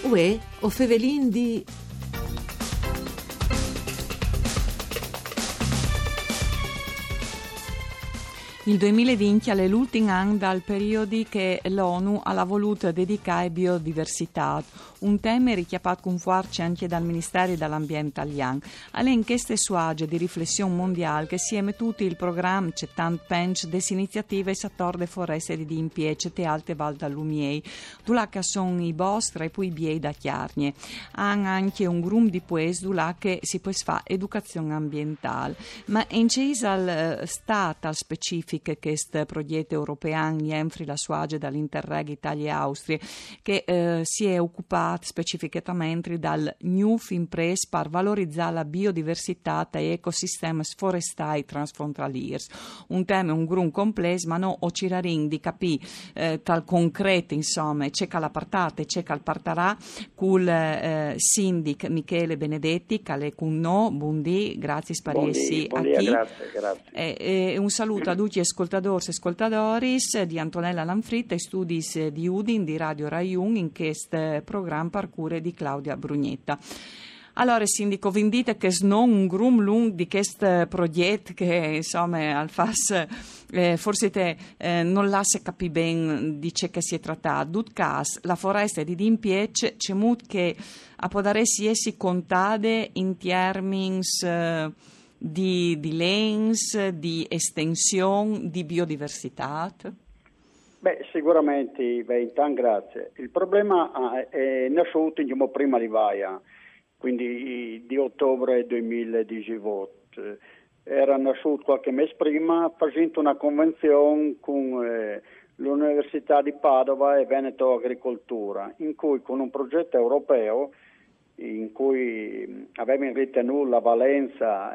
Uè, o Fevelin di... Il 2020 è l'ultimo anno dal periodo che l'ONU ha voluto dedicare a biodiversità, un tema richiamato con forza anche dal Ministero dell'Ambiente italiano. Alle inchieste su age di riflessione mondiale che si tutti il programma c'è tanto pench des iniziative e settore foreste di impiece te alte val dall'Umiei, dove che sono i boschi e poi i biei da chiarnie. Hanno anche un gruppo di poesi dove che si può fare educazione ambientale, ma in cesa al stato al specifico che questo progetto europeo enfri la sua age dall'Interreg Italia-Austria che si è occupato specificamente dal New Imprese per valorizzare la biodiversità e ecosistemi forestali transfrontalieri. Un tema, un grun complesso, ma no o cirarin di capire tal concreto, insomma, c'è che la partate, c'è che partarà col sindic Michele Benedetti, che è con noi, buondì, grazie spariessi a chi. Grazie. Un saluto a tutti ascoltatori e ascoltadoris di Antonella Lanfritta e studi di Udin di Radio Rai 1 in questo programma parcure di Claudia Brugnetta. Allora, sindaco, vi dite che non un grum lung di questo progetto che, insomma, al FAS forse te non la se capi ben di ciò che si è trattato. Dut cas, la foresta di Dimpiec c'è molto che a podaresi essi contate in termini di lens, di estensione, di biodiversità? Sicuramente, intanto grazie. Il problema è nasciuto prima di Vaia, quindi di ottobre 2018. Era nasciuto qualche mese prima facendo una convenzione con l'Università di Padova e Veneto Agricoltura, in cui con un progetto europeo in cui avevamo ritenuto la valenza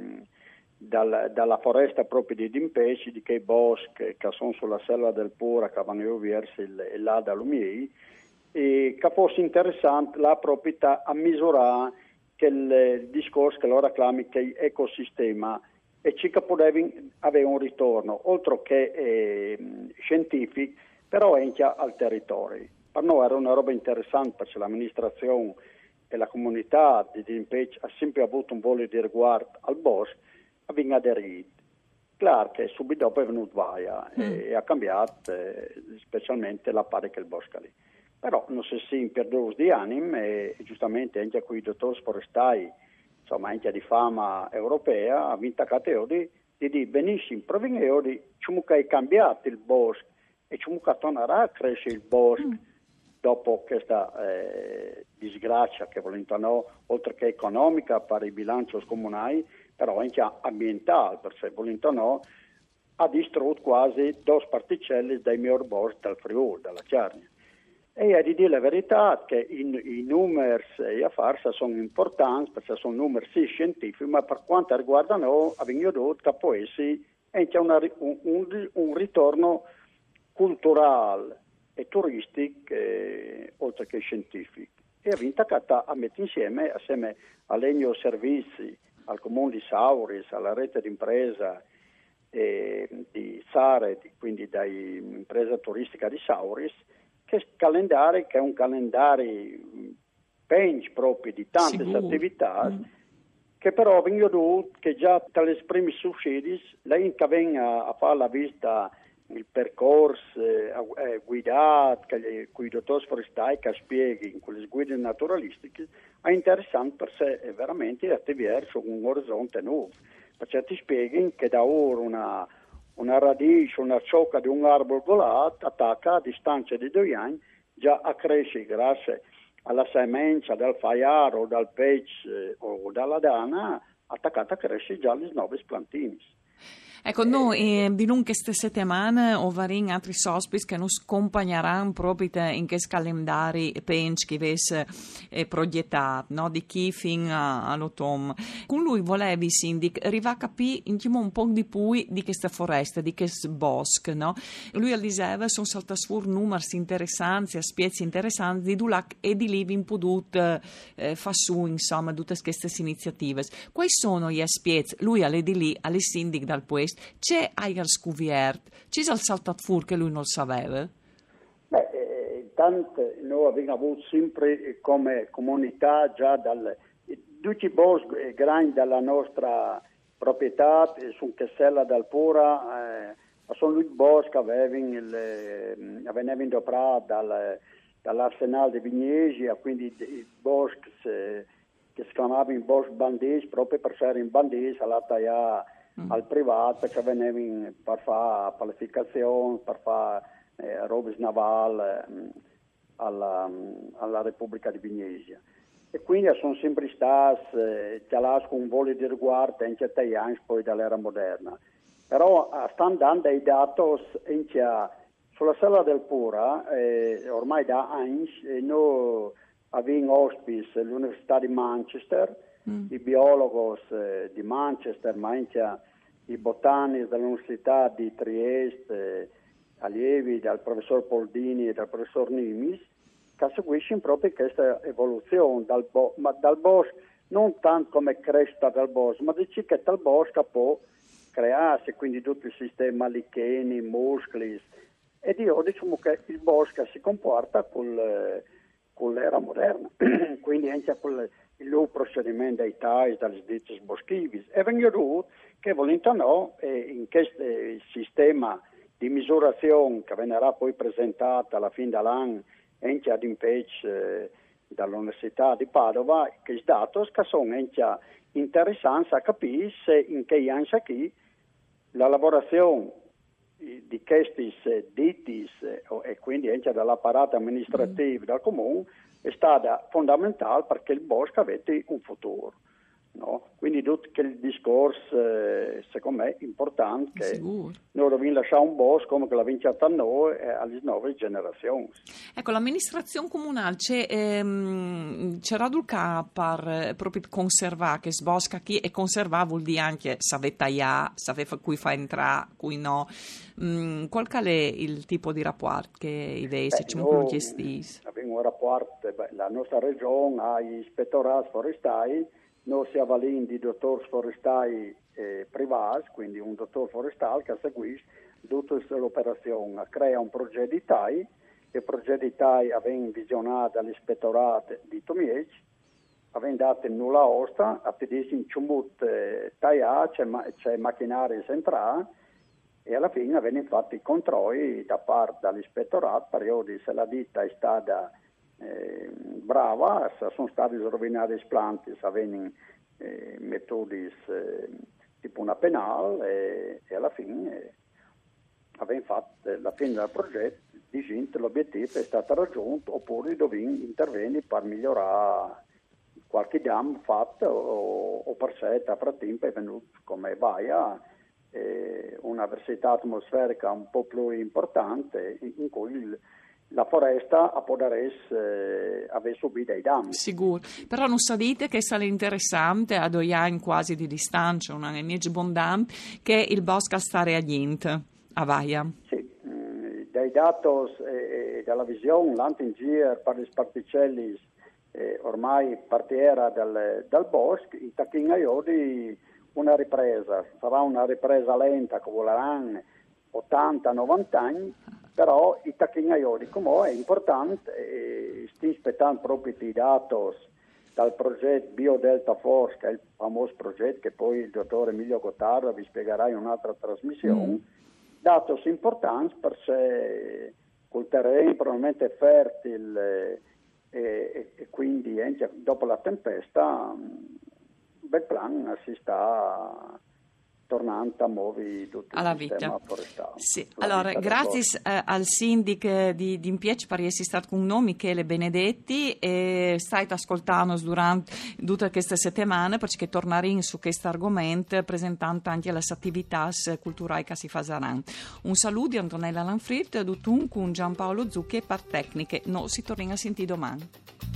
dalla foresta proprio di Dimpeci, di quei boschi che sono sulla selva del Pura, che vanno verso là da Lumiei, e che fosse interessante la proprietà a misurare che il discorso che loro reclami che l'ecosistema e ci che poteva avere un ritorno, oltre che scientifico, però anche al territorio. Per noi era una roba interessante perché l'amministrazione e la comunità di Dimpeci ha sempre avuto un volo di riguardo al bosco, abbiamo aderito. Claro che subito dopo è venuto Vaia e ha cambiato specialmente la parte che il bosco lì. Però non si perdono di anime e giustamente anche qui i dottori forestali, insomma anche di fama europea, ha vinto di dire benissimo, provengo di come è cambiato il bosco e come tornerà a crescere il bosco dopo questa disgrazia che volendo oltre che economica per i bilanci comunali, però anche ambientale, perché volendo ha distrutto quasi 2 particelle dai miei boschi del Friuli, dalla Chiarnia. E a di dire la verità che i numeri e a farsa sono importanti, perché sono numeri sì scientifici, ma per quanto riguarda noi, abbiamo detto che poi sì, anche un ritorno culturale e turistico, oltre che scientifico. E ha vinto che a mettere insieme alle miei servizi, al comune di Sauris, alla rete d'impresa di Sare, quindi dall'impresa turistica di Sauris, che è un calendario pench proprio di tante attività, che però vengono che già tra le prime sussidi, lei che venga a fare la visita, il percorso guidato, con i dottori forestali che spieghi in quelle guide naturalistiche, è interessante per sé è veramente attivare su un orizzonte nuovo, perché ti spieghi che da ora una radice, una ciocca di un albero volato attacca a distanza di 2 anni già a crescere grazie alla semenza del faiaro o dal pesce o dalla dana attaccata a crescere già le nuove plantine. Ecco, noi di lungo queste settimane o vari altri sospiti che nos accompagneranno proprio in questo calendario penso che avesse proiettato, no? Di chi fin all'autunno. Con lui volevi, Sindic, arrivare a capire un po' di più di questa foresta, di questo bosco, no? Lui diceva sono saltati fuori numeri interessanti, aspetti interessanti di Dulac e di lì vi potuto fare su, insomma, tutte queste iniziative. Quali sono gli aspetti? Lui alle di lì, alle Sindic dal Puesto, c'è Aigar scouvert, c'è il saltat fuori che lui non sapeva? importante, noi abbiamo avuto sempre come comunità già tutti i boschi grandi della nostra proprietà, su Chessella d'Alpura, sono i boschi che venivano indoprati dall'Arsenale di Vignesi, quindi i boschi che si chiamavano i boschi bandesi, proprio per essere in bandesi, alla tagliare al privato, che venivano per fare qualificazione, per fare robe navali alla Repubblica di Vignesi. E quindi sono sempre stati chialati con un volo di riguardo anche a italiani poi dall'era moderna. Però stanno dando dei dati sulla Sella del Pura, ormai da anni, noi abbiamo ospiti l'Università di Manchester, i biologi di Manchester, ma anche i botanici dell'Università di Trieste, allievi dal professor Poldini e dal professor Nimis, che seguiscono proprio questa evoluzione dal bosco, non tanto come crescita del bosco, ma dice che dal bosco può crearsi, quindi tutto il sistema licheni, muscoli, e diciamo che il bosco si comporta con l'era moderna, quindi anche con il procedimento dei tagli, dagli sdici boschivi, e vengono che volendo in questo sistema di misurazione che verrà poi presentata alla fine dell'anno anche ad Impage dall'Università di Padova, che i dati che sono anche interessanti a capire se in che anni qui la lavorazione di questi diti e quindi anche dall'apparato amministrativo del comune è stata fondamentale perché il bosco avesse un futuro. No? Quindi tutto il discorso, secondo me, è importante che noi dobbiamo lasciare un bosco come che l'ha vinciata a noi e alle nuove generazioni. Ecco, l'amministrazione comunale c'era per proprio conservare che sbosca chi e conservare vuol dire anche sapere tagliare, sapere cui fa entrare, cui no. Qual è il tipo di rapporto che i vesi ci gestisi? Abbiamo un rapporto, la nostra regione ha gli ispettorati forestali. Noi si avvaliamo di dottori forestali privati, quindi un dottore forestale che seguisce tutta l'operazione, crea un progetto di TAI, il progetto di TAI viene visionato dall'ispettorato di Tomieci, avendo dato nulla osta, a pedire in ciumut TAIA, c'è macchinari centrale, e alla fine vengono fatti i controlli da parte dall'ispettorato, periodi se la ditta è stata brava, sono stati rovinati i planti, avevano metodi tipo una penale e alla fine avevano fatto la fine del progetto, dicendo l'obiettivo è stato raggiunto oppure dobbiamo intervenire per migliorare qualche danno fatto o per sé a frattempo è venuto come Baia un'avversità atmosferica un po' più importante in cui la foresta a Podares aveva subito dei danni. Sicuro, però non sapete che sarà interessante a 2 anni quasi di distanza, una energia abbondante, che il bosco stare a niente, a Vaia. Sì, dai dati e dalla visione, l'antingir per le particelle ormai partiera dal bosco, in Tacchina-Iodi una ripresa, sarà una ripresa lenta che voleranno 80-90 anni, però i Tacchina-Iodi come è importante, stiamo aspettando proprio i dati dal progetto BioDelta Force, che è il famoso progetto che poi il dottor Emilio Gottardo vi spiegherà in un'altra trasmissione, dati importanti per se col terreno probabilmente fertile e quindi anche dopo la tempesta bel plan si sta tornando a muovere tutto alla il sistema vita. forestale. Sì. Allora, grazie al sindaco di Impieci per essere stato con noi, Michele Benedetti, e state ascoltando durante tutte queste settimane perché torneremo su questo argomento presentando anche le attività culturali che si faranno. Un saluto di Antonella Lanfrit, Dutun con Giampaolo Zucchi e per tecniche. No, si torna a sentire domani.